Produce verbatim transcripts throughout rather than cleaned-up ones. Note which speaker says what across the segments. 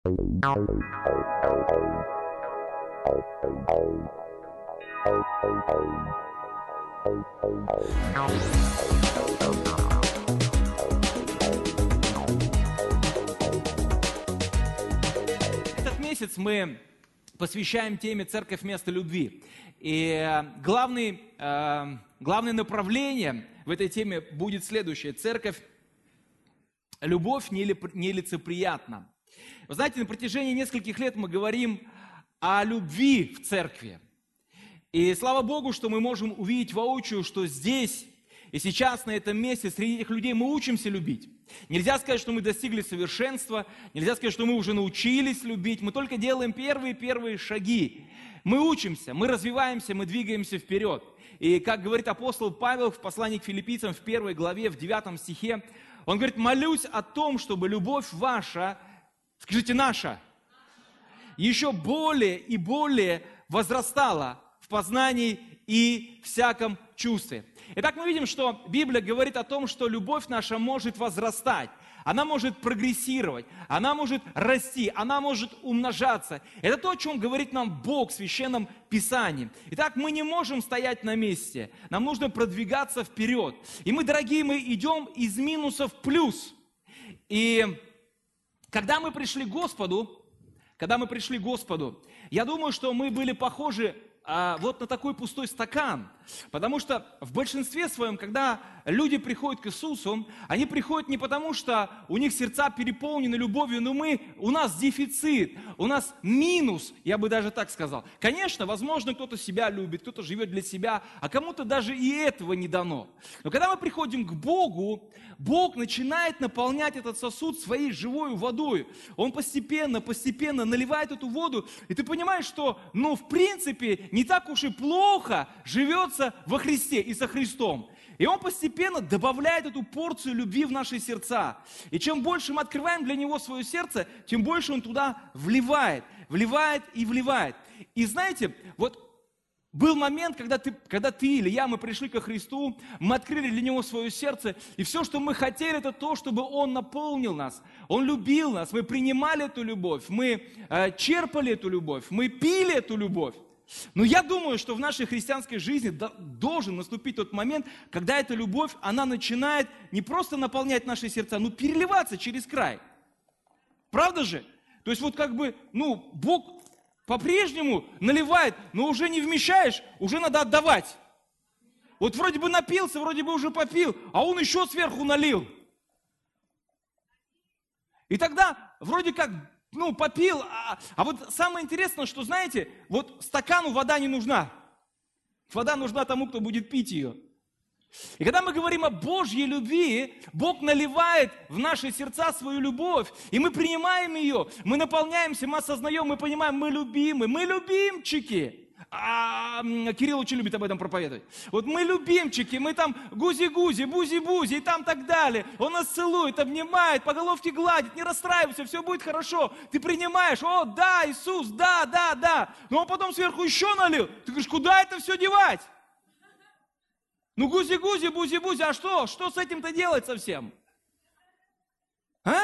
Speaker 1: Этот месяц мы посвящаем теме «Церковь вместо любви». И главный, э, главное направление в этой теме будет следующее. Церковь, любовь нелицеприятна. Вы знаете, на протяжении нескольких лет мы говорим о любви в церкви. И слава Богу, что мы можем увидеть воочию, что здесь и сейчас, на этом месте, среди этих людей мы учимся любить. Нельзя сказать, что мы достигли совершенства, нельзя сказать, что мы уже научились любить, мы только делаем первые-первые шаги. Мы учимся, мы развиваемся, мы двигаемся вперед. И как говорит апостол Павел в послании к филиппийцам в первой главе, в девятом стихе, он говорит: молюсь о том, чтобы любовь ваша, скажите, наша, еще более и более возрастала в познании и всяком чувстве. Итак, мы видим, что Библия говорит о том, что любовь наша может возрастать, она может прогрессировать, она может расти, она может умножаться. Это то, о чем говорит нам Бог в Священном Писании. Итак, мы не можем стоять на месте, нам нужно продвигаться вперед. И мы, дорогие, мы идем из минуса в плюс. И когда мы пришли к Господу, когда мы пришли к Господу, я думаю, что мы были похожи а, вот на такой пустой стакан. Потому что в большинстве своем, когда люди приходят к Иисусу, они приходят не потому, что у них сердца переполнены любовью, но мы, у нас дефицит, у нас минус, я бы даже так сказал. Конечно, возможно, кто-то себя любит, кто-то живет для себя, а кому-то даже и этого не дано. Но когда мы приходим к Богу, Бог начинает наполнять этот сосуд своей живой водой. Он постепенно, постепенно наливает эту воду, и ты понимаешь, что, ну, в принципе, не так уж и плохо живется во Христе и со Христом. И Он постепенно добавляет эту порцию любви в наши сердца. И чем больше мы открываем для Него свое сердце, тем больше Он туда вливает, вливает и вливает. И знаете, вот был момент, когда ты, когда ты или я, мы пришли ко Христу, мы открыли для Него свое сердце, и все, что мы хотели, это то, чтобы Он наполнил нас, Он любил нас, мы принимали эту любовь, мы э, черпали эту любовь, мы пили эту любовь. Но я думаю, что в нашей христианской жизни должен наступить тот момент, когда эта любовь, она начинает не просто наполнять наши сердца, но переливаться через край. Правда же? То есть вот как бы, ну, Бог по-прежнему наливает, но уже не вмещаешь, уже надо отдавать. Вот вроде бы напился, вроде бы уже попил, а он еще сверху налил. И тогда вроде как... Ну, попил, а, а вот самое интересное, что, знаете, вот стакану вода не нужна. Вода нужна тому, кто будет пить ее. И когда мы говорим о Божьей любви, Бог наливает в наши сердца свою любовь, и мы принимаем ее, мы наполняемся, мы осознаем, мы понимаем, мы любимы, мы любимчики. А Кирилл очень любит об этом проповедовать. Вот мы любимчики, мы там гузи-гузи, бузи-бузи и там так далее. Он нас целует, обнимает, по головке гладит, не расстраивайся, все будет хорошо. Ты принимаешь: о, да, Иисус, да, да, да. Но он потом сверху еще налил. Ты говоришь: куда это все девать? Ну гузи-гузи, бузи-бузи, а что? Что с этим-то делать совсем? А?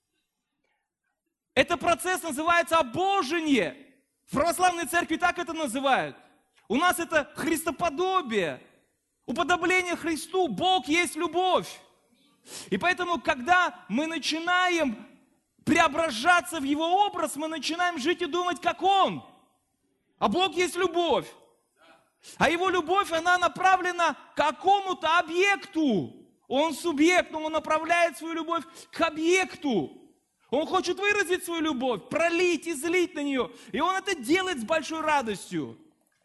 Speaker 1: Это процесс называется обожение. В православной церкви так это называют. У нас это христоподобие, уподобление Христу. Бог есть любовь. И поэтому, когда мы начинаем преображаться в Его образ, мы начинаем жить и думать, как Он. А Бог есть любовь. А Его любовь, она направлена к какому-то объекту. Он субъект, но Он направляет свою любовь к объекту. Он хочет выразить свою любовь, пролить, излить на нее. И Он это делает с большой радостью.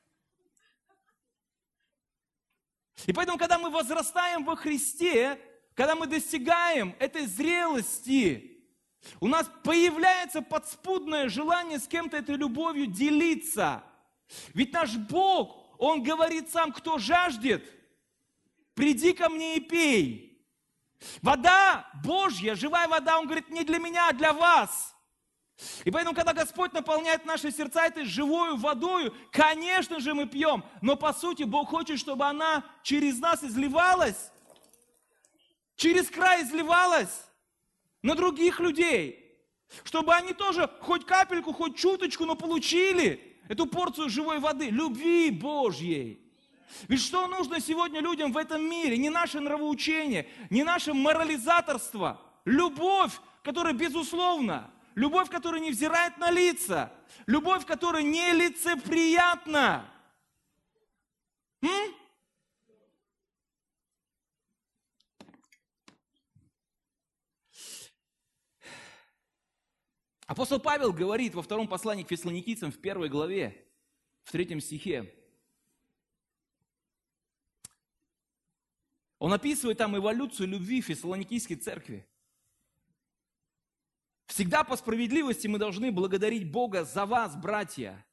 Speaker 1: И поэтому, когда мы возрастаем во Христе, когда мы достигаем этой зрелости, у нас появляется подспудное желание с кем-то этой любовью делиться. Ведь наш Бог, Он говорит сам: кто жаждет, приди ко мне и пей. Вода Божья, живая вода, Он говорит, не для меня, а для вас. И поэтому, когда Господь наполняет наши сердца этой живой водой, конечно же мы пьем, но по сути Бог хочет, чтобы она через нас изливалась, через край изливалась на других людей. Чтобы они тоже хоть капельку, хоть чуточку, но получили эту порцию живой воды, любви Божьей. Ведь что нужно сегодня людям в этом мире? Не наше нравоучение, не наше морализаторство. Любовь, которая безусловна. Любовь, которая не взирает на лица. Любовь, которая нелицеприятна. М? Апостол Павел говорит во втором послании к Фессалоникийцам в первой главе, в третьем стихе. Он описывает там эволюцию любви в Фессалоникийской церкви. Всегда по справедливости мы должны благодарить Бога за вас, братья.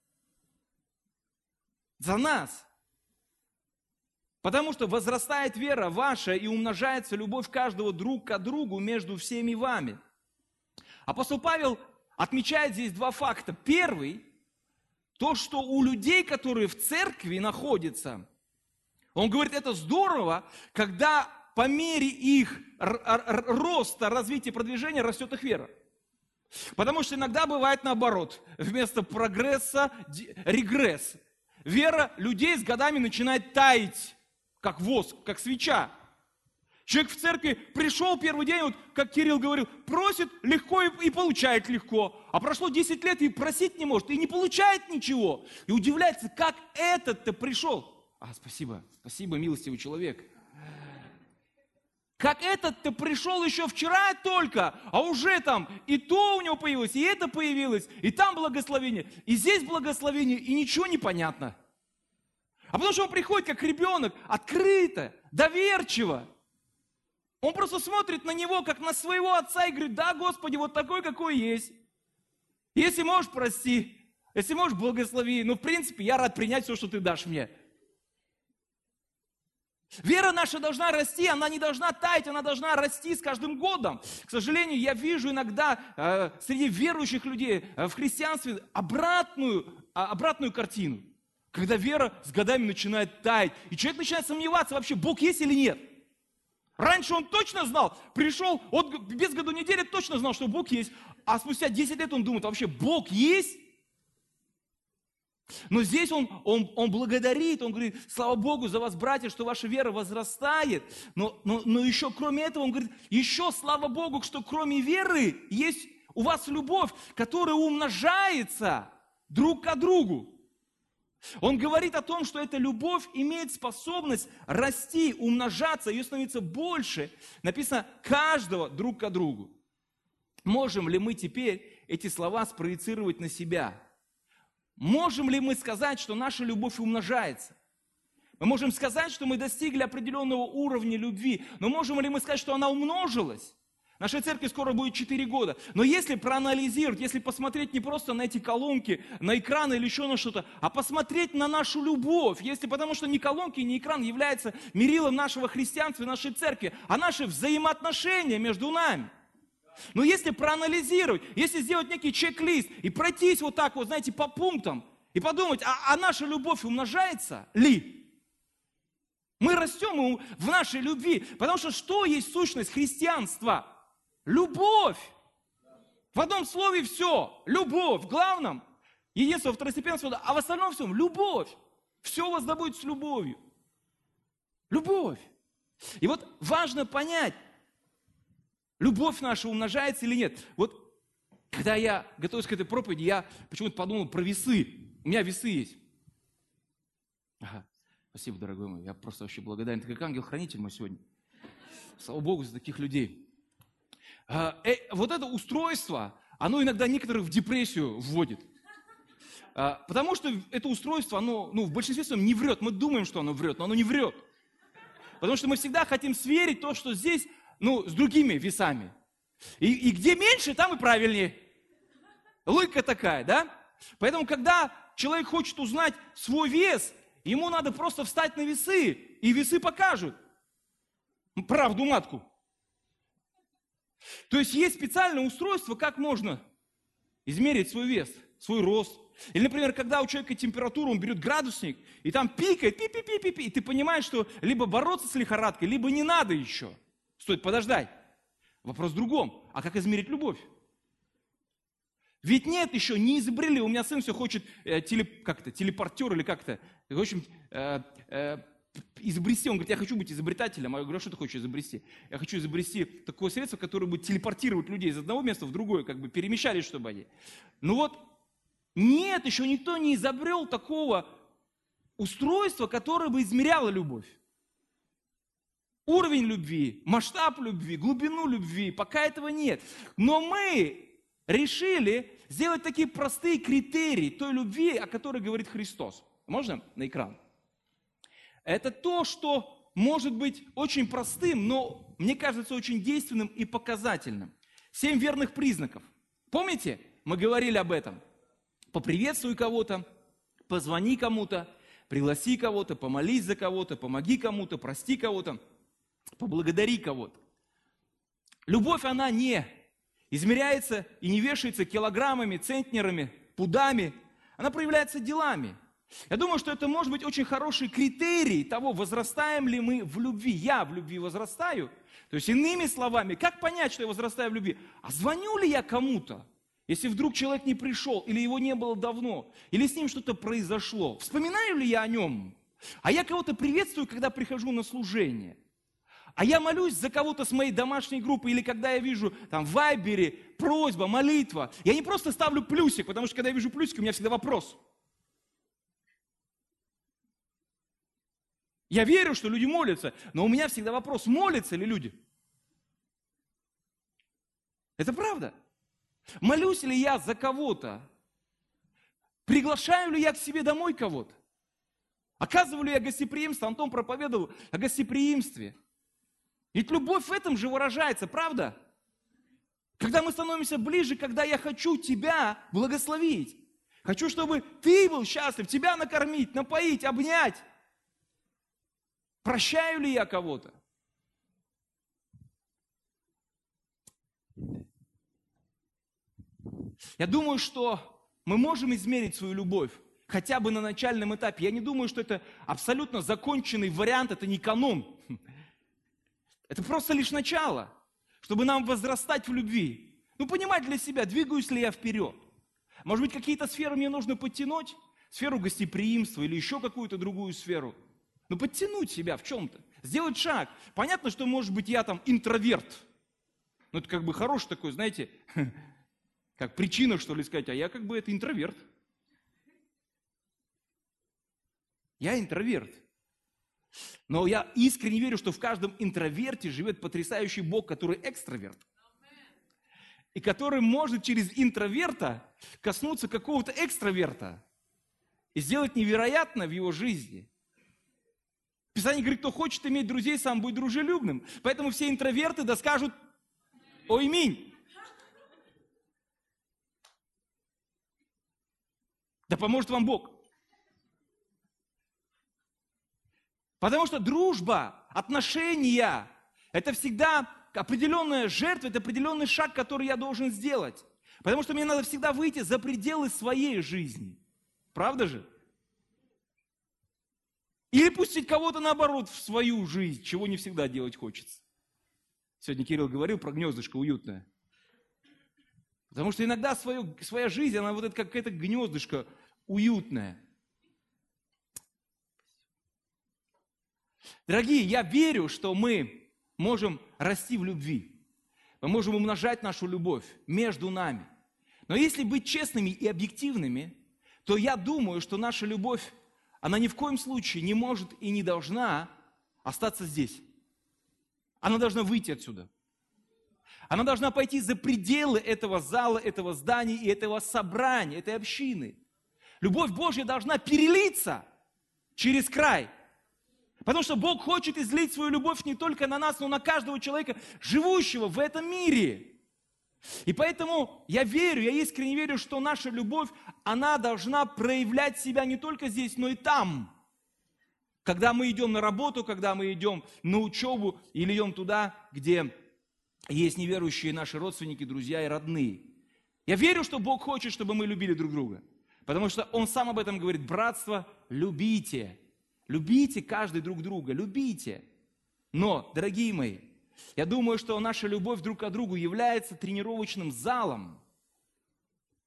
Speaker 1: За нас. Потому что возрастает вера ваша и умножается любовь каждого друг к другу между всеми вами. Апостол Павел отмечает здесь два факта. Первый, то, что у людей, которые в церкви находятся, он говорит, это здорово, когда по мере их роста, развития, продвижения растет их вера. Потому что иногда бывает наоборот. Вместо прогресса регресс. Вера людей с годами начинает таять, как воск, как свеча. Человек в церкви пришел первый день, вот, как Кирилл говорил, просит легко и, и получает легко. А прошло десять лет и просить не может, и не получает ничего. И удивляется, как этот-то пришел. А, спасибо, спасибо, милостивый человек. Как этот-то пришел еще вчера только, а уже там и то у него появилось, и это появилось, и там благословение, и здесь благословение, и ничего не понятно. А потому что он приходит как ребенок, открыто, доверчиво. Он просто смотрит на него, как на своего отца, и говорит, да, Господи, вот такой, какой есть. Если можешь, прости, если можешь, благослови. Но, в принципе, я рад принять все, что ты дашь мне. Вера наша должна расти, она не должна таять, она должна расти с каждым годом. К сожалению, я вижу иногда э, среди верующих людей э, в христианстве обратную, э, обратную картину. Когда вера с годами начинает таять, и человек начинает сомневаться, вообще Бог есть или нет. Раньше он точно знал, пришел, он без году недели точно знал, что Бог есть, а спустя десять лет он думает, вообще Бог есть? Но здесь он, он, он благодарит, он говорит, слава Богу за вас, братья, что ваша вера возрастает. Но, но, но еще кроме этого, он говорит, еще слава Богу, что кроме веры есть у вас любовь, которая умножается друг к другу. Он говорит о том, что эта любовь имеет способность расти, умножаться, ее становится больше. Написано, каждого друг к другу. Можем ли мы теперь эти слова спроецировать на себя? Можем ли мы сказать, что наша любовь умножается? Мы можем сказать, что мы достигли определенного уровня любви, но можем ли мы сказать, что она умножилась? Нашей церкви скоро будет четыре года. Но если проанализировать, если посмотреть не просто на эти колонки, на экраны или еще на что-то, а посмотреть на нашу любовь, если, потому что ни колонки, ни экран являются мерилом нашего христианства и нашей церкви, а наши взаимоотношения между нами. Но если проанализировать, если сделать некий чек-лист и пройтись вот так вот, знаете, по пунктам, и подумать, а, а наша любовь умножается ли? Мы растем в нашей любви, потому что что есть сущность христианства? Любовь. В одном слове все. Любовь. В главном единство, второстепенство, а в остальном всем любовь. Все у вас да будет с любовью. Любовь. И вот важно понять, любовь наша умножается или нет. Вот когда я готовился к этой проповеди, я почему-то подумал про весы. У меня весы есть. Ага. Спасибо, дорогой мой. Я просто вообще благодарен. Ты как ангел-хранитель мой сегодня. Слава Богу за таких людей. А, э, вот это устройство, оно иногда некоторых в депрессию вводит. А, потому что это устройство, оно ну, в большинстве своем не врет. Мы думаем, что оно врет, но оно не врет. Потому что мы всегда хотим сверить то, что здесь, ну, с другими весами. И, и где меньше, там и правильнее. Логика такая, да? Поэтому, когда человек хочет узнать свой вес, ему надо просто встать на весы, и весы покажут правду матку. То есть есть специальное устройство, как можно измерить свой вес, свой рост. Или, например, когда у человека температура, он берет градусник, и там пикает, пи-пи-пи-пи-пи, и ты понимаешь, что либо бороться с лихорадкой, либо не надо еще. Стоит подождать. Вопрос в другом. А как измерить любовь? Ведь нет, еще не изобрели. У меня сын все хочет э, теле, как это, телепортер или как-то. В общем, э, э, изобрести. Он говорит, я хочу быть изобретателем. А я говорю, а что ты хочешь изобрести? Я хочу изобрести такое средство, которое будет телепортировать людей из одного места в другое, как бы перемещались, чтобы они. Ну вот, нет, еще никто не изобрел такого устройства, которое бы измеряло любовь. Уровень любви, масштаб любви, глубину любви, пока этого нет. Но мы решили сделать такие простые критерии той любви, о которой говорит Христос. Можно на экран? Это то, что может быть очень простым, но, мне кажется, очень действенным и показательным. Семь верных признаков. Помните, мы говорили об этом? Поприветствуй кого-то, позвони кому-то, пригласи кого-то, помолись за кого-то, помоги кому-то, прости кого-то, поблагодари кого-то. Любовь, она не измеряется и не вешается килограммами, центнерами, пудами. Она проявляется делами. Я думаю, что это может быть очень хороший критерий того, возрастаем ли мы в любви. Я в любви возрастаю. То есть, иными словами, как понять, что я возрастаю в любви? А звоню ли я кому-то, если вдруг человек не пришел, или его не было давно, или с ним что-то произошло? Вспоминаю ли я о нем? А я кого-то приветствую, когда прихожу на служение. А я молюсь за кого-то с моей домашней группы, или когда я вижу там в Вайбере просьба, молитва. Я не просто ставлю плюсик, потому что когда я вижу плюсик, у меня всегда вопрос. Я верю, что люди молятся, но у меня всегда вопрос, молятся ли люди? Это правда. Молюсь ли я за кого-то? Приглашаю ли я к себе домой кого-то? Оказываю ли я гостеприимство? Антон проповедовал о гостеприимстве. Ведь любовь в этом же выражается, правда? Когда мы становимся ближе, когда я хочу тебя благословить. Хочу, чтобы ты был счастлив, тебя накормить, напоить, обнять. Прощаю ли я кого-то? Я думаю, что мы можем измерить свою любовь хотя бы на начальном этапе. Я не думаю, что это абсолютно законченный вариант, это не канон. Это просто лишь начало, чтобы нам возрастать в любви. Ну, понимать для себя, двигаюсь ли я вперед. Может быть, какие-то сферы мне нужно подтянуть? Сферу гостеприимства или еще какую-то другую сферу. Ну, подтянуть себя в чем-то, сделать шаг. Понятно, что, может быть, я там интроверт. Ну, это как бы хороший такой, знаете, как причина, что ли, сказать, а я как бы это интроверт. Я интроверт. Но я искренне верю, что в каждом интроверте живет потрясающий Бог, который экстраверт. И который может через интроверта коснуться какого-то экстраверта и сделать невероятно в его жизни. Писание говорит, кто хочет иметь друзей, сам будет дружелюбным. Поэтому все интроверты да скажут «Ойминь». Да поможет вам Бог. Потому что дружба, отношения – это всегда определенная жертва, это определенный шаг, который я должен сделать. Потому что мне надо всегда выйти за пределы своей жизни. Правда же? Или пустить кого-то, наоборот, в свою жизнь, чего не всегда делать хочется. Сегодня Кирилл говорил про гнездышко уютное. Потому что иногда свое, своя жизнь, она вот это как какое-то гнездышко уютное. Дорогие, я верю, что мы можем расти в любви. Мы можем умножать нашу любовь между нами. Но если быть честными и объективными, то я думаю, что наша любовь, она ни в коем случае не может и не должна остаться здесь. Она должна выйти отсюда. Она должна пойти за пределы этого зала, этого здания и этого собрания, этой общины. Любовь Божья должна перелиться через край. Потому что Бог хочет излить свою любовь не только на нас, но на каждого человека, живущего в этом мире. И поэтому я верю, я искренне верю, что наша любовь, она должна проявлять себя не только здесь, но и там. Когда мы идем на работу, когда мы идем на учебу или идем туда, где есть неверующие наши родственники, друзья и родные. Я верю, что Бог хочет, чтобы мы любили друг друга. Потому что Он сам об этом говорит. Братство, любите. Любите каждый друг друга, любите. Но, дорогие мои, я думаю, что наша любовь друг к другу является тренировочным залом.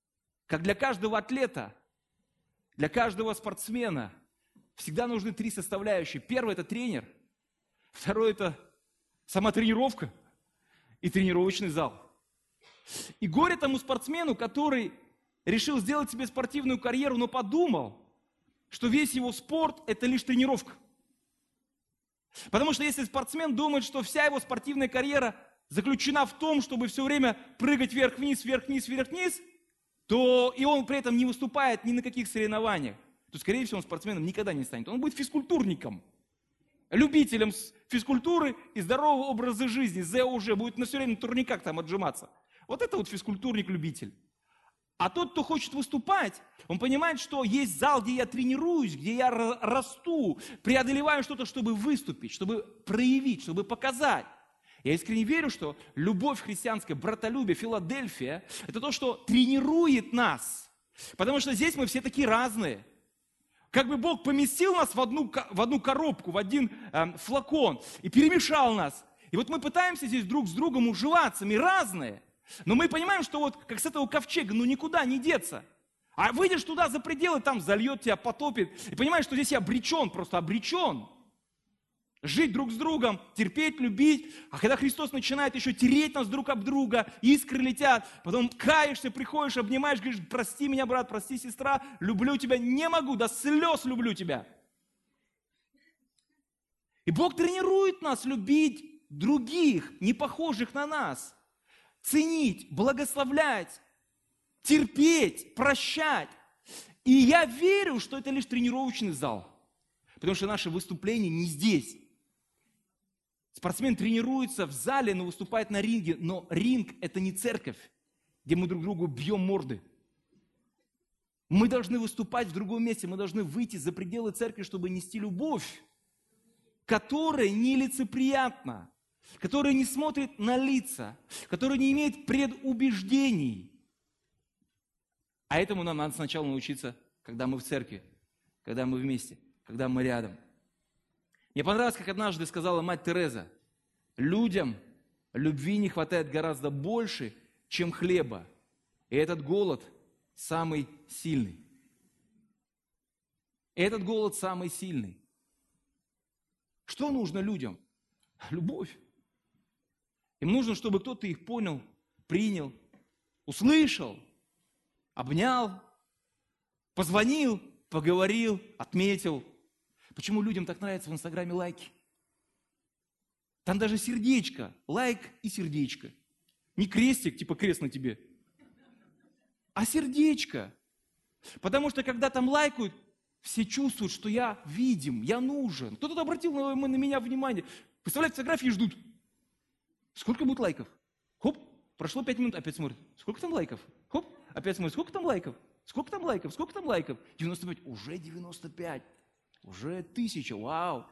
Speaker 1: как для каждого атлета, для каждого спортсмена всегда нужны три составляющие. Первое – это тренер. Второе – это сама тренировка и тренировочный зал. И горе тому спортсмену, который решил сделать себе спортивную карьеру, но подумал, что весь его спорт – это лишь тренировка. Потому что если спортсмен думает, что вся его спортивная карьера заключена в том, чтобы все время прыгать вверх-вниз, вверх-вниз, вверх-вниз, то и он при этом не выступает ни на каких соревнованиях, то, скорее всего, он спортсменом никогда не станет. Он будет физкультурником, любителем физкультуры и здорового образа жизни. Зе уже будет на все время на турниках там отжиматься. Вот это вот физкультурник-любитель. А тот, кто хочет выступать, он понимает, что есть зал, где я тренируюсь, где я расту, преодолеваю что-то, чтобы выступить, чтобы проявить, чтобы показать. Я искренне верю, что любовь христианская, братолюбие, Филадельфия – это то, что тренирует нас. Потому что здесь мы все такие разные. Как бы Бог поместил нас в одну, в одну коробку, в один э, флакон и перемешал нас. И вот мы пытаемся здесь друг с другом уживаться, мы разные. Но мы понимаем, что вот как с этого ковчега, ну никуда не деться. А выйдешь туда за пределы, там зальет тебя, потопит. И понимаешь, что здесь я обречен, просто обречен. Жить друг с другом, терпеть, любить. А когда Христос начинает еще тереть нас друг об друга, искры летят, потом каешься, приходишь, обнимаешь, говоришь, прости меня, брат, прости, сестра, люблю тебя, не могу, до слез люблю тебя. И Бог тренирует нас любить других, не похожих на нас. Ценить, благословлять, терпеть, прощать. И я верю, что это лишь тренировочный зал. Потому что наше выступление не здесь. Спортсмен тренируется в зале, но выступает на ринге. Но ринг – это не церковь, где мы друг другу бьем морды. Мы должны выступать в другом месте. Мы должны выйти за пределы церкви, чтобы нести любовь, которая нелицеприятна, который не смотрит на лица, который не имеет предубеждений. А этому нам надо сначала научиться, когда мы в церкви, когда мы вместе, когда мы рядом. Мне понравилось, как однажды сказала мать Тереза: людям любви не хватает гораздо больше, чем хлеба. И этот голод самый сильный. И этот голод самый сильный. Что нужно людям? Любовь. Им нужно, чтобы кто-то их понял, принял, услышал, обнял, позвонил, поговорил, отметил. Почему людям так нравятся в Инстаграме лайки? Там даже сердечко, лайк и сердечко. Не крестик, типа крест на тебе, а сердечко. Потому что когда там лайкают, все чувствуют, что я видим, я нужен. Кто-то обратил на, на меня внимание. Представляете, фотографии ждут. Сколько будет лайков? Хоп, прошло пять минут, опять смотрят. Сколько там лайков? Хоп, опять смотрят. Сколько там лайков? Сколько там лайков? Сколько там лайков? девяносто пять. Уже девяносто пять. Уже тысяча. Вау.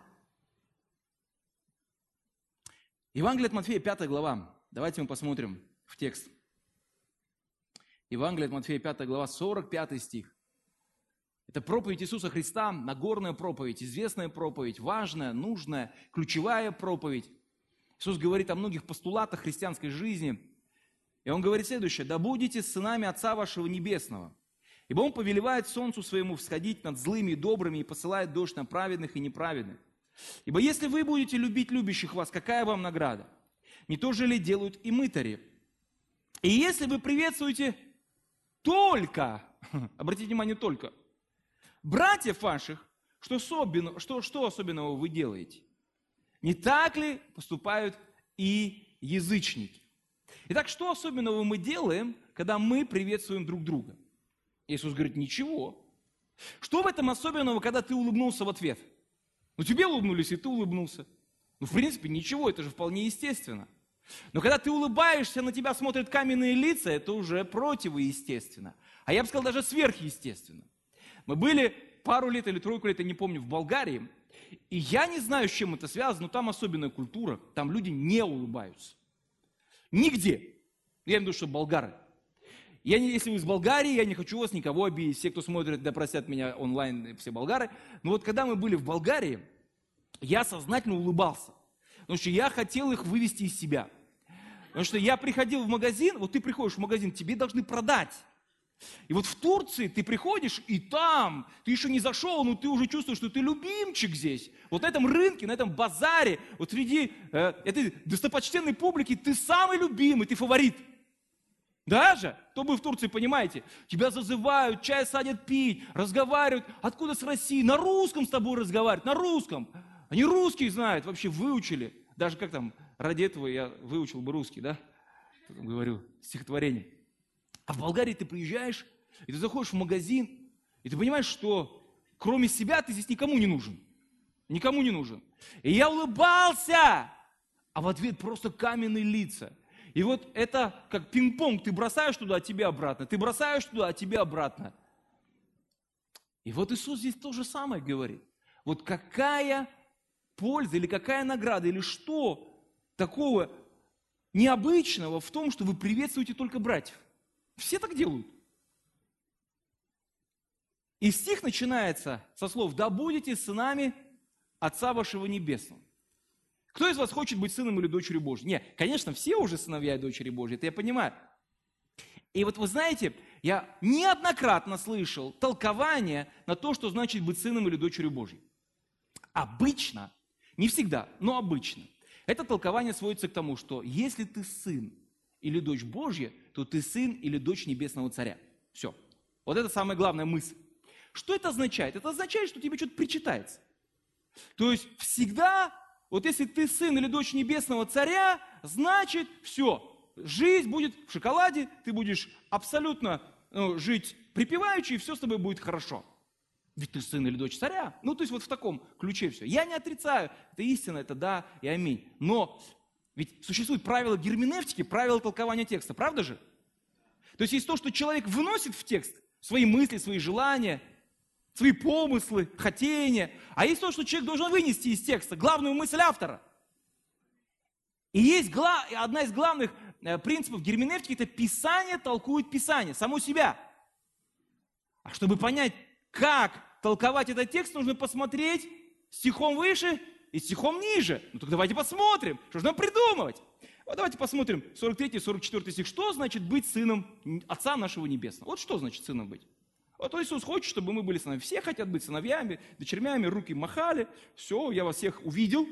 Speaker 1: Евангелие от Матфея, пятая глава. Давайте мы посмотрим в текст. Евангелие от Матфея, пятая глава, сорок пятый стих. Это проповедь Иисуса Христа, Нагорная проповедь, известная проповедь, важная, нужная, ключевая проповедь. Иисус говорит о многих постулатах христианской жизни. И Он говорит следующее: «Да будете сынами Отца вашего Небесного, ибо Он повелевает солнцу своему всходить над злыми и добрыми и посылает дождь на праведных и неправедных. Ибо если вы будете любить любящих вас, какая вам награда? Не то же ли делают и мытари? И если вы приветствуете только, обратите внимание, только, братьев ваших, что, особенно, что, что особенного вы делаете? Не так ли поступают и язычники?» Итак, что особенного мы делаем, когда мы приветствуем друг друга? Иисус говорит: ничего. Что в этом особенного, когда ты улыбнулся в ответ? Ну, тебе улыбнулись, и ты улыбнулся. Ну, в принципе, ничего, это же вполне естественно. Но когда ты улыбаешься, на тебя смотрят каменные лица, это уже противоестественно. А я бы сказал, даже сверхъестественно. Мы были пару лет или тройку лет, я не помню, в Болгарии, и я не знаю, с чем это связано, но там особенная культура, там люди не улыбаются. Нигде. Я имею в виду, что болгары. Я не, если вы из Болгарии, я не хочу вас никого обидеть. Все, кто смотрит, да простят меня онлайн, все болгары. Но вот когда мы были в Болгарии, я сознательно улыбался. Потому что я хотел их вывести из себя. Потому что я приходил в магазин, вот ты приходишь в магазин, тебе должны продать. И вот в Турции ты приходишь, и там, ты еще не зашел, но ты уже чувствуешь, что ты любимчик здесь. Вот на этом рынке, на этом базаре, вот среди э, этой достопочтенной публики ты самый любимый, ты фаворит. Даже, кто вы в Турции понимаете, тебя зазывают, чай садят пить, разговаривают, откуда с России, на русском с тобой разговаривают, на русском. Они русский знают, вообще выучили. Даже как там, ради этого я выучил бы русский, да? Говорю, стихотворение. А в Болгарии ты приезжаешь, и ты заходишь в магазин, и ты понимаешь, что кроме себя ты здесь никому не нужен. Никому не нужен. И я улыбался, а в ответ просто каменные лица. И вот это как пинг-понг, ты бросаешь туда, а тебе обратно, ты бросаешь туда, а тебе обратно. И вот Иисус здесь то же самое говорит. Вот какая польза или какая награда, или что такого необычного в том, что вы приветствуете только братьев? Все так делают. И стих начинается со слов: «Да будете сынами Отца вашего Небесного». Кто из вас хочет быть сыном или дочерью Божьей? Нет, конечно, все уже сыновья и дочери Божьи, это я понимаю. И вот вы знаете, я неоднократно слышал толкование на то, что значит быть сыном или дочерью Божьей. Обычно, не всегда, но обычно, это толкование сводится к тому, что если ты сын или дочь Божья, то ты сын или дочь Небесного Царя. Все. Вот это самая главная мысль. Что это означает? Это означает, что тебе что-то причитается. То есть всегда... Вот если ты сын или дочь Небесного Царя, значит, все, жизнь будет в шоколаде, ты будешь абсолютно ну, жить припеваючи, и все с тобой будет хорошо. Ведь ты сын или дочь Царя. Ну, то есть вот в таком ключе все. Я не отрицаю, это истина, это да и аминь. Но ведь существуют правила герменевтики, правила толкования текста, правда же? То есть есть то, что человек выносит в текст, свои мысли, свои желания, свои помыслы, хотения. А есть то, что человек должен вынести из текста, главную мысль автора. И есть гла... одна из главных э, принципов герменевтики, это Писание толкует Писание, само себя. А чтобы понять, как толковать этот текст, нужно посмотреть стихом выше и стихом ниже. Ну так давайте посмотрим, что же нам придумывать. Вот давайте посмотрим сорок третий сорок четвёртый стих. Что значит быть сыном Отца нашего Небесного? Вот что значит сыном быть? Вот Иисус хочет, чтобы мы были сыновьями. Все хотят быть сыновьями, дочерьми, руки махали. Все, я вас всех увидел.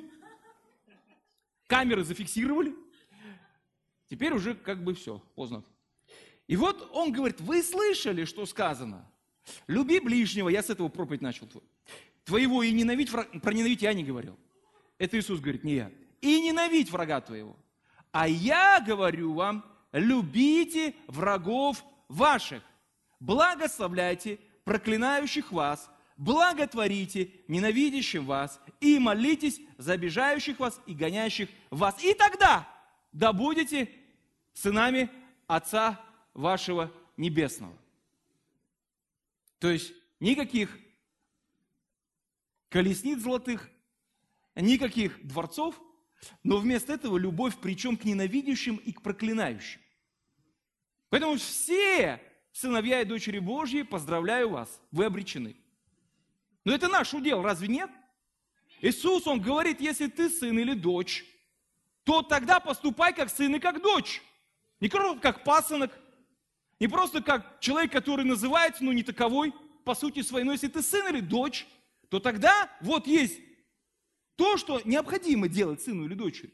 Speaker 1: Камеры зафиксировали. Теперь уже как бы все, поздно. И вот он говорит: вы слышали, что сказано? Люби ближнего, я с этого проповедь начал. Твоего и ненавидь, про ненавидь я не говорил. Это Иисус говорит, не я. И ненавидь врага твоего. А я говорю вам, любите врагов ваших. Благословляйте проклинающих вас, благотворите ненавидящим вас и молитесь за обижающих вас и гонящих вас. И тогда да будете сынами Отца вашего Небесного. То есть никаких колесниц золотых, никаких дворцов, но вместо этого любовь, причем к ненавидящим и к проклинающим. Поэтому все сыновья и дочери Божьи, поздравляю вас, вы обречены. Но это наш удел, разве нет? Иисус, Он говорит, если ты сын или дочь, то тогда поступай как сын и как дочь. Не просто как пасынок, не просто как человек, который называется, но не таковой, по сути своей. Но если ты сын или дочь, то тогда вот есть то, что необходимо делать сыну или дочери.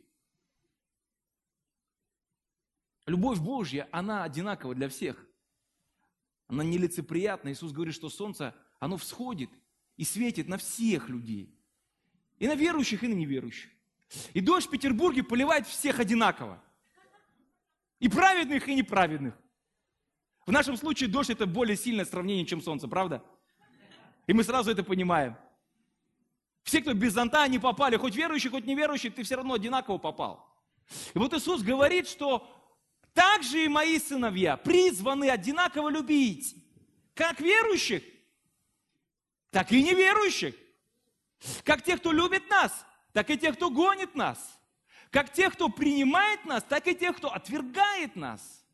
Speaker 1: Любовь Божья, она одинакова для всех. Она нелицеприятна. Иисус говорит, что солнце, оно всходит и светит на всех людей. И на верующих, и на неверующих. И дождь в Петербурге поливает всех одинаково. И праведных, и неправедных. В нашем случае дождь – это более сильное сравнение, чем солнце, правда? И мы сразу это понимаем. Все, кто без зонта, они попали. Хоть верующий, хоть неверующий, ты все равно одинаково попал. И вот Иисус говорит, что так же и мои сыновья призваны одинаково любить как верующих, так и неверующих. Как тех, кто любит нас, так и тех, кто гонит нас. Как тех, кто принимает нас, так и тех, кто отвергает нас.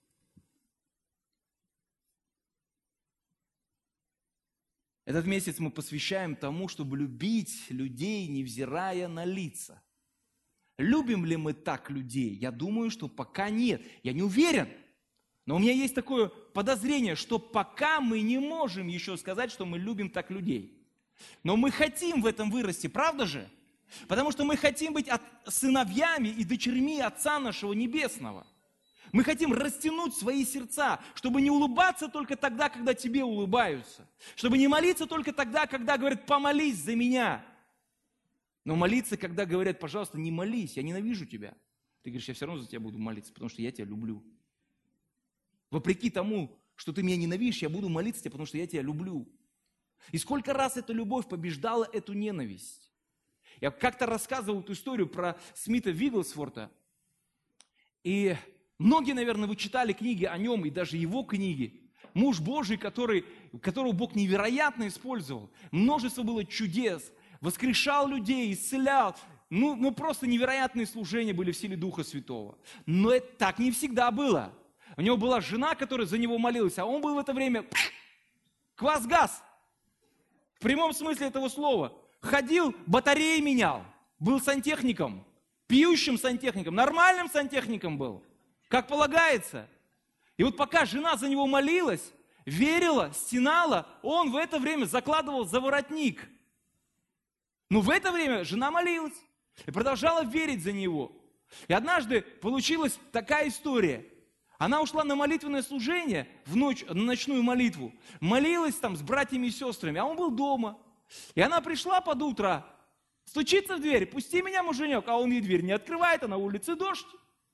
Speaker 1: Этот месяц мы посвящаем тому, чтобы любить людей, невзирая на лица. Любим ли мы так людей? Я думаю, что пока нет. Я не уверен. Но у меня есть такое подозрение, что пока мы не можем еще сказать, что мы любим так людей. Но мы хотим в этом вырасти, правда же? Потому что мы хотим быть от, сыновьями и дочерьми Отца нашего Небесного. Мы хотим растянуть свои сердца, чтобы не улыбаться только тогда, когда тебе улыбаются. Чтобы не молиться только тогда, когда говорят, помолись за меня. Но молиться, когда говорят, пожалуйста, не молись, я ненавижу тебя. Ты говоришь, я все равно за тебя буду молиться, потому что я тебя люблю. Вопреки тому, что ты меня ненавидишь, я буду молиться тебе, потому что я тебя люблю. И сколько раз эта любовь побеждала эту ненависть. Я как-то рассказывал эту историю про Смита Вигглсворта. И многие, наверное, вы читали книги о нем, и даже его книги. Муж Божий, который, которого Бог невероятно использовал. Множество было чудес. Воскрешал людей, исцелял. Ну, ну просто невероятные служения были в силе Духа Святого. Но это так не всегда было. У него была жена, которая за него молилась, а он был в это время квас-газ. В прямом смысле этого слова. Ходил, батареи менял, был сантехником, пьющим сантехником, нормальным сантехником был, как полагается. И вот пока жена за него молилась, верила, стенала, он в это время закладывал за воротник. Но в это время жена молилась и продолжала верить за него. И однажды получилась такая история. Она ушла на молитвенное служение, в ночь, на ночную молитву, молилась там с братьями и сестрами, а он был дома. И она пришла под утро, стучится в дверь, пусти меня, муженек, а он ей дверь не открывает, а на улице дождь.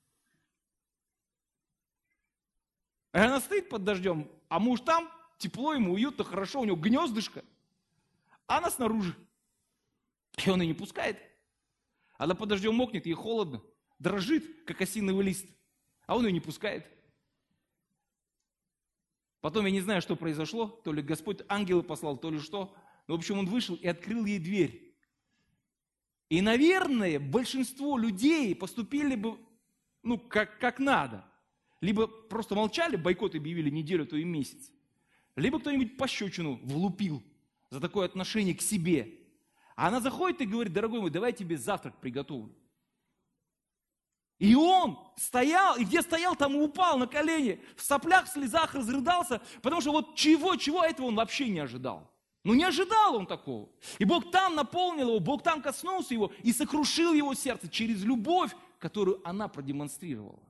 Speaker 1: И она стоит под дождем, а муж там, тепло ему, уютно, хорошо, у него гнездышко, а она снаружи. И он ее не пускает. Она под дождем мокнет, ей холодно, дрожит, как осиновый лист, а он ее не пускает. Потом я не знаю, что произошло, то ли Господь ангела послал, то ли что. Но, в общем, он вышел и открыл ей дверь. И, наверное, большинство людей поступили бы, ну, как, как надо. Либо просто молчали, бойкот объявили неделю, то и месяц. Либо кто-нибудь пощечину влупил за такое отношение к себе. А она заходит и говорит, дорогой мой, давай я тебе завтрак приготовлю. И он стоял, и где стоял, там и упал на колени, в соплях, в слезах разрыдался, потому что вот чего, чего этого он вообще не ожидал. Ну не ожидал он такого. И Бог там наполнил его, Бог там коснулся его и сокрушил его сердце через любовь, которую она продемонстрировала.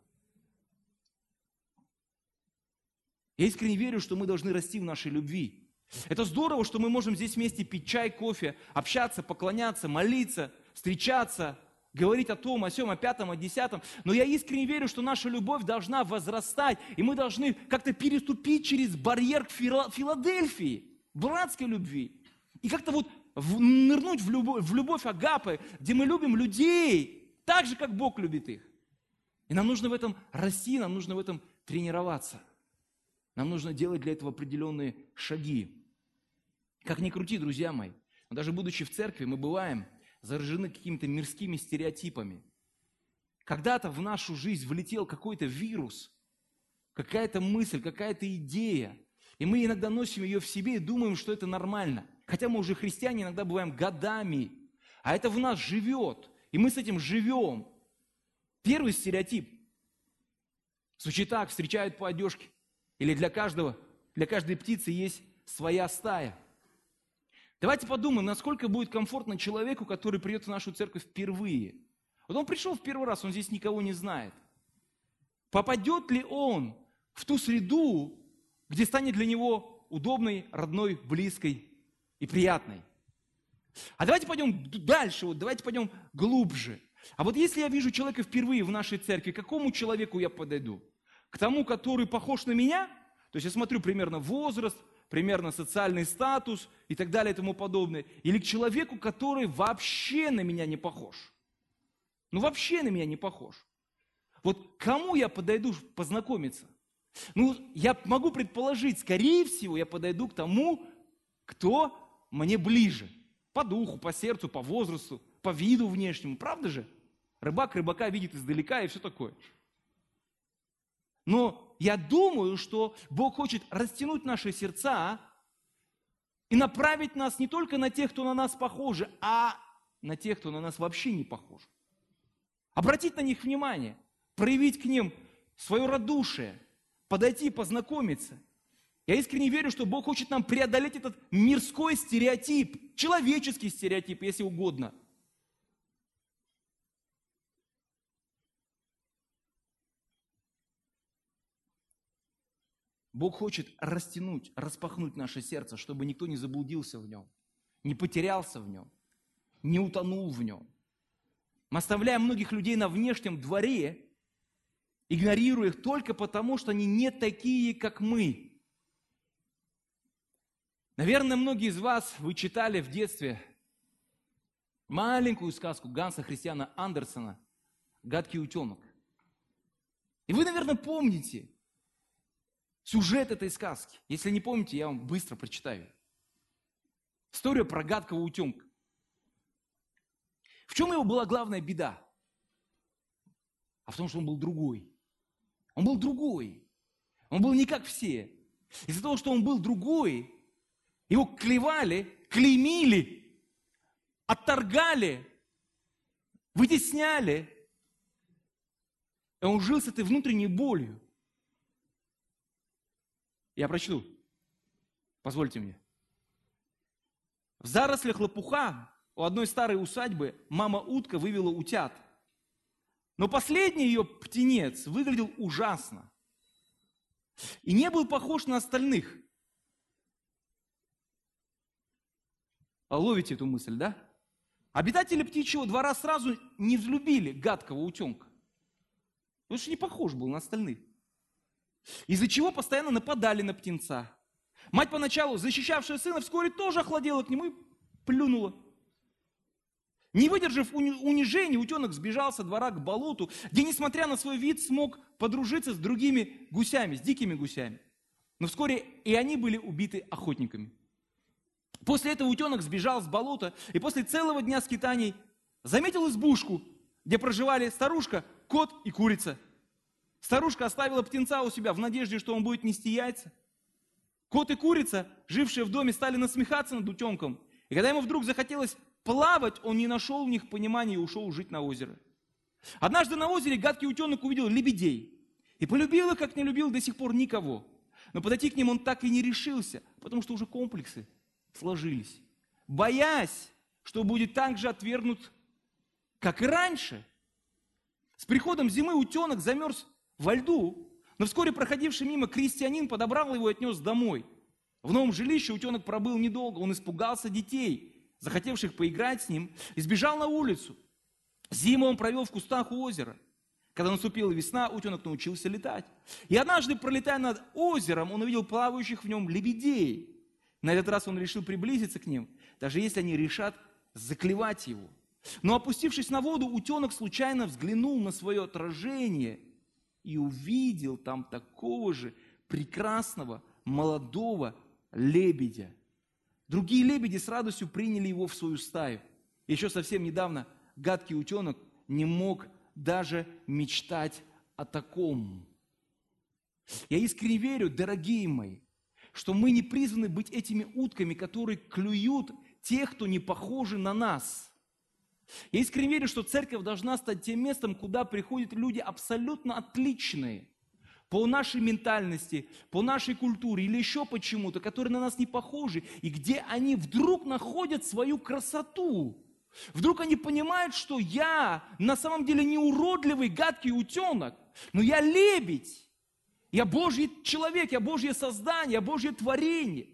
Speaker 1: Я искренне верю, что мы должны расти в нашей любви. Это здорово, что мы можем здесь вместе пить чай, кофе, общаться, поклоняться, молиться, встречаться, говорить о том, о сём, о пятом, о десятом. Но я искренне верю, что наша любовь должна возрастать, и мы должны как-то переступить через барьер к Филадельфии, братской любви. И как-то вот нырнуть в любовь, в любовь агапы, где мы любим людей так же, как Бог любит их. И нам нужно в этом расти, нам нужно в этом тренироваться. Нам нужно делать для этого определенные шаги. Как ни крути, друзья мои, но даже будучи в церкви, мы бываем заражены какими-то мирскими стереотипами. Когда-то в нашу жизнь влетел какой-то вирус, какая-то мысль, какая-то идея, и мы иногда носим ее в себе и думаем, что это нормально. Хотя мы уже христиане иногда бываем годами, а это в нас живет, и мы с этим живем. Первый стереотип звучит так: встречают по одежке. Или для каждого, для каждой птицы есть своя стая. Давайте подумаем, насколько будет комфортно человеку, который придет в нашу церковь впервые. Вот он пришел в первый раз, он здесь никого не знает. Попадет ли он в ту среду, где станет для него удобной, родной, близкой и приятной? А давайте пойдем дальше, вот давайте пойдем глубже. А вот если я вижу человека впервые в нашей церкви, к какому человеку я подойду? К тому, который похож на меня, то есть я смотрю примерно возраст, примерно социальный статус и так далее и тому подобное, или к человеку, который вообще на меня не похож. Ну вообще на меня не похож. Вот к кому я подойду познакомиться? Ну, я могу предположить, скорее всего, я подойду к тому, кто мне ближе. По духу, по сердцу, по возрасту, по виду внешнему. Правда же? Рыбак рыбака видит издалека и все такое. Но я думаю, что Бог хочет растянуть наши сердца и направить нас не только на тех, кто на нас похожи, а на тех, кто на нас вообще не похож. Обратить на них внимание, проявить к ним свое радушие, подойти, познакомиться. Я искренне верю, что Бог хочет нам преодолеть этот мирской стереотип, человеческий стереотип, если угодно. Бог хочет растянуть, распахнуть наше сердце, чтобы никто не заблудился в нем, не потерялся в нем, не утонул в нем. Мы оставляем многих людей на внешнем дворе, игнорируя их только потому, что они не такие, как мы. Наверное, многие из вас, вы читали в детстве маленькую сказку Ганса Христиана Андерсена «Гадкий утенок». И вы, наверное, помните сюжет этой сказки. Если не помните, я вам быстро прочитаю. История про гадкого утенка. В чем его была главная беда? А в том, что он был другой. Он был другой. Он был не как все. Из-за того, что он был другой, его клевали, клеймили, отторгали, вытесняли. И он жил с этой внутренней болью. Я прочту. Позвольте мне. В зарослях лопуха у одной старой усадьбы мама-утка вывела утят. Но последний ее птенец выглядел ужасно. И не был похож на остальных. Ловите эту мысль, да? Обитатели птичьего двора сразу не взлюбили гадкого утенка. Потому что не похож был на остальных. Из-за чего постоянно нападали на птенца. Мать поначалу, защищавшая сына, вскоре тоже охладела к нему и плюнула. Не выдержав унижения, утенок сбежал со двора к болоту, где, несмотря на свой вид, смог подружиться с другими гусями, с дикими гусями. Но вскоре и они были убиты охотниками. После этого утенок сбежал с болота и после целого дня скитаний заметил избушку, где проживали старушка, кот и курица. Старушка оставила птенца у себя в надежде, что он будет нести яйца. Кот и курица, жившие в доме, стали насмехаться над утенком. И когда ему вдруг захотелось плавать, он не нашел в них понимания и ушел жить на озеро. Однажды на озере гадкий утенок увидел лебедей. И полюбил их, как не любил до сих пор никого. Но подойти к ним он так и не решился, потому что уже комплексы сложились. Боясь, что будет так же отвергнут, как и раньше. С приходом зимы утенок замерз во льду, но вскоре проходивший мимо крестьянин подобрал его и отнес домой. В новом жилище утенок пробыл недолго, он испугался детей, захотевших поиграть с ним, и сбежал на улицу. Зиму он провел в кустах у озера. Когда наступила весна, утенок научился летать. И однажды, пролетая над озером, он увидел плавающих в нем лебедей. На этот раз он решил приблизиться к ним, даже если они решат заклевать его. Но опустившись на воду, утенок случайно взглянул на свое отражение и увидел там такого же прекрасного молодого лебедя. Другие лебеди с радостью приняли его в свою стаю. Еще совсем недавно гадкий утенок не мог даже мечтать о таком. Я искренне верю, дорогие мои, что мы не призваны быть этими утками, которые клюют тех, кто не похожи на нас. Я искренне верю, что церковь должна стать тем местом, куда приходят люди абсолютно отличные по нашей ментальности, по нашей культуре или еще почему-то, которые на нас не похожи, и где они вдруг находят свою красоту. Вдруг они понимают, что я на самом деле не уродливый, гадкий утенок, но я лебедь. Я Божий человек, я Божье создание, я Божье творение.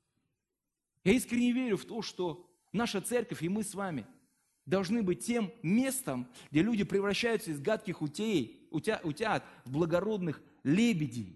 Speaker 1: Я искренне верю в то, что наша церковь и мы с вами должны быть тем местом, где люди превращаются из гадких утей, утя, утят в благородных лебедей.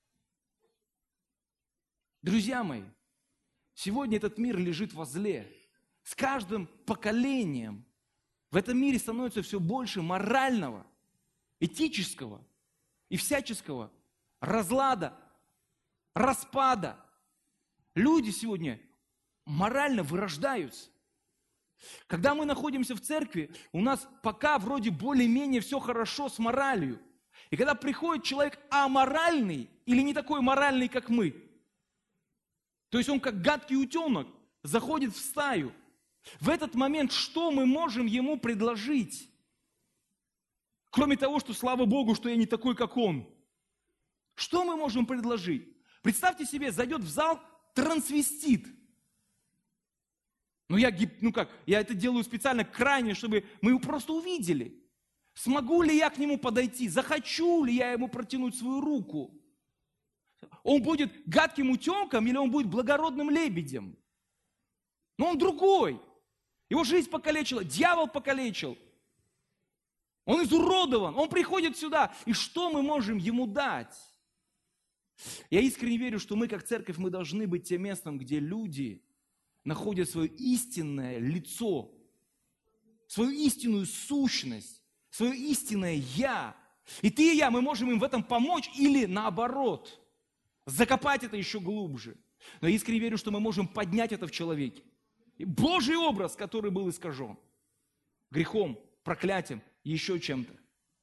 Speaker 1: Друзья мои, сегодня этот мир лежит во зле. С каждым поколением в этом мире становится все больше морального, этического и всяческого разлада, распада. Люди сегодня морально вырождаются. Когда мы находимся в церкви, у нас пока вроде более-менее все хорошо с моралью. И когда приходит человек аморальный или не такой моральный, как мы, то есть он как гадкий утенок заходит в стаю, в этот момент что мы можем ему предложить? Кроме того, что слава Богу, что я не такой, как он. Что мы можем предложить? Представьте себе, зайдет в зал трансвестит. Ну, я, ну как, я это делаю специально крайне, чтобы мы его просто увидели. Смогу ли я к нему подойти? Захочу ли я ему протянуть свою руку? Он будет гадким утенком или он будет благородным лебедем? Но он другой. Его жизнь покалечила, дьявол покалечил. Он изуродован, он приходит сюда. И что мы можем ему дать? Я искренне верю, что мы, как церковь, мы должны быть тем местом, где люди находят свое истинное лицо, свою истинную сущность, свое истинное «я». И ты и я, мы можем им в этом помочь или наоборот, закопать это еще глубже. Но я искренне верю, что мы можем поднять это в человеке. И Божий образ, который был искажен грехом, проклятием, еще чем-то.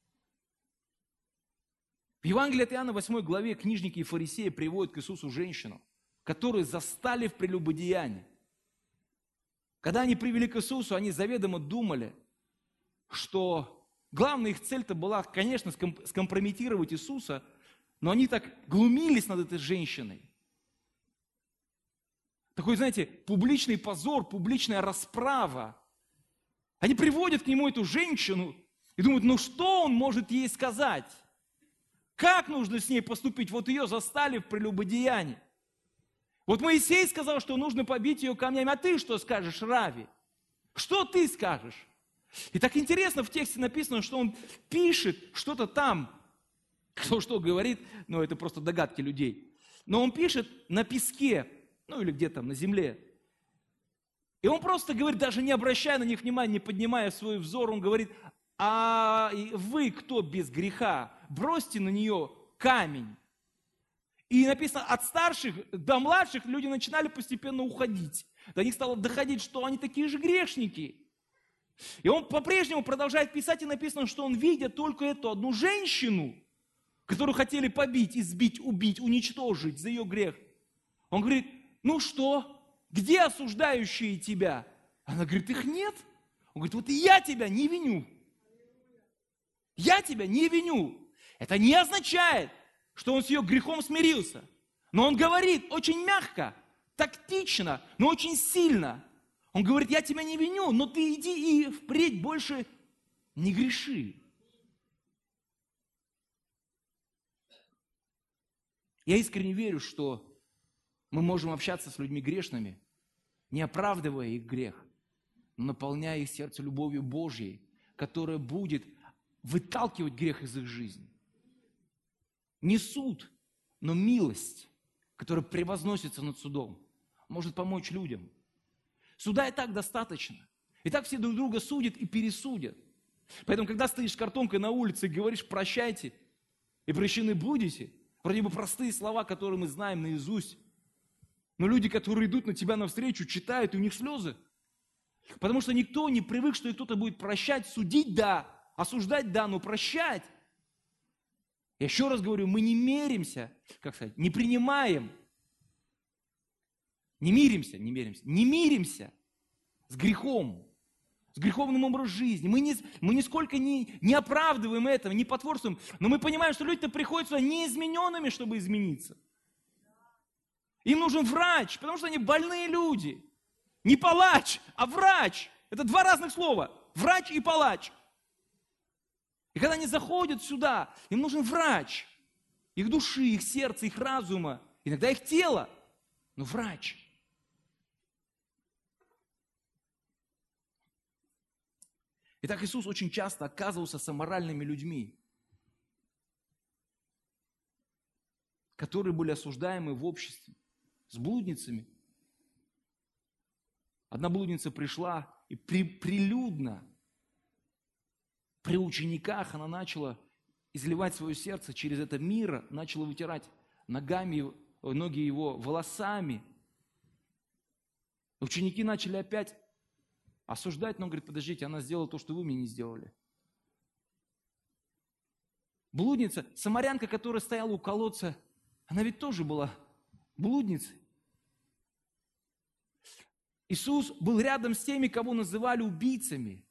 Speaker 1: В Евангелии от Иоанна, восьмой главе, книжники и фарисеи приводят к Иисусу женщину, которую застали в прелюбодеянии. Когда они привели к Иисусу, они заведомо думали, что главная их цель-то была, конечно, скомпрометировать Иисуса, но они так глумились над этой женщиной. Такой, знаете, публичный позор, публичная расправа. Они приводят к нему эту женщину и думают, ну что он может ей сказать? Как нужно с ней поступить? Вот ее застали в прелюбодеянии. Вот Моисей сказал, что нужно побить ее камнями. А ты что скажешь, Рави? Что ты скажешь? И так интересно, в тексте написано, что он пишет что-то там. Кто что говорит, ну это просто догадки людей. Но он пишет на песке, ну или где там, на земле. И он просто говорит, даже не обращая на них внимания, не поднимая свой взор, он говорит, а вы, кто без греха, бросьте на нее камень. И написано, от старших до младших люди начинали постепенно уходить. До них стало доходить, что они такие же грешники. И он по-прежнему продолжает писать, и написано, что он, видя только эту одну женщину, которую хотели побить, избить, убить, уничтожить за ее грех, он говорит, ну что, где осуждающие тебя? Она говорит, их нет. Он говорит, вот и я тебя не виню. Я тебя не виню. Это не означает, что он с ее грехом смирился. Но он говорит очень мягко, тактично, но очень сильно. Он говорит, я тебя не виню, но ты иди и впредь больше не греши. Я искренне верю, что мы можем общаться с людьми грешными, не оправдывая их грех, но наполняя их сердце любовью Божьей, которая будет выталкивать грех из их жизни. Не суд, но милость, которая превозносится над судом, может помочь людям. Суда и так достаточно. И так все друг друга судят и пересудят. Поэтому, когда стоишь с картонкой на улице и говоришь «прощайте» и «прощены будете», вроде бы простые слова, которые мы знаем наизусть, но люди, которые идут на тебя навстречу, читают, и у них слезы. Потому что никто не привык, что кто-то будет прощать, судить – да, осуждать – да, но прощать. Я еще раз говорю, мы не миримся, как сказать, не принимаем, не миримся, не миримся, не миримся с грехом, с греховным образом жизни. Мы, не, мы нисколько не, не оправдываем этого, не потворствуем, но мы понимаем, что люди-то приходят сюда неизмененными, чтобы измениться. Им нужен врач, потому что они больные люди. Не палач, а врач. Это два разных слова. Врач и палач. И когда они заходят сюда, им нужен врач. Их души, их сердца, их разума. Иногда их тела. Но врач. Итак, Иисус очень часто оказывался с аморальными людьми, которые были осуждаемы в обществе, с блудницами. Одна блудница пришла и при, прилюдно, при учениках она начала изливать свое сердце через это мира, начала вытирать ногами, ноги его волосами. Ученики начали опять осуждать, но он говорит, подождите, она сделала то, что вы мне не сделали. Блудница, самарянка, которая стояла у колодца, она ведь тоже была блудницей. Иисус был рядом с теми, кого называли убийцами,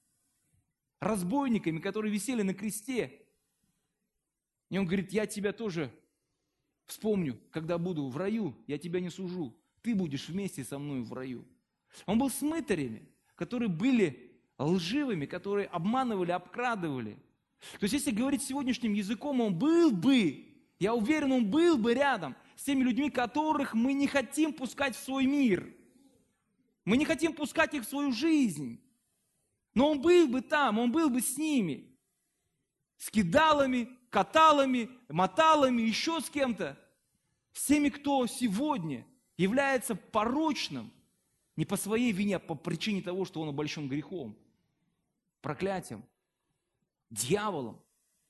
Speaker 1: разбойниками, которые висели на кресте. И он говорит, я тебя тоже вспомню, когда буду в раю, я тебя не сужу. Ты будешь вместе со мной в раю. Он был с мытарями, которые были лживыми, которые обманывали, обкрадывали. То есть, если говорить сегодняшним языком, он был бы, я уверен, он был бы рядом с теми людьми, которых мы не хотим пускать в свой мир. Мы не хотим пускать их в свою жизнь. Но он был бы там, он был бы с ними. С кидалами, каталами, моталами, еще с кем-то. С теми, кто сегодня является порочным. Не по своей вине, а по причине того, что он обольщен грехом, проклятием, дьяволом.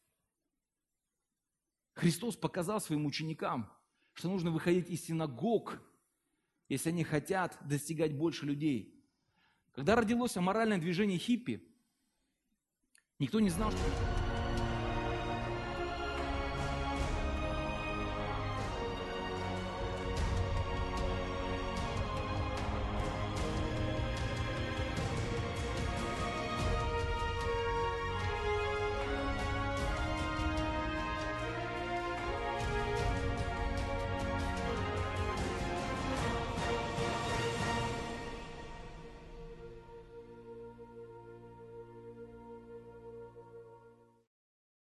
Speaker 1: Христос показал своим ученикам, что нужно выходить из синагог, если они хотят достигать больше людей. Когда родилось аморальное движение хиппи, никто не знал, что...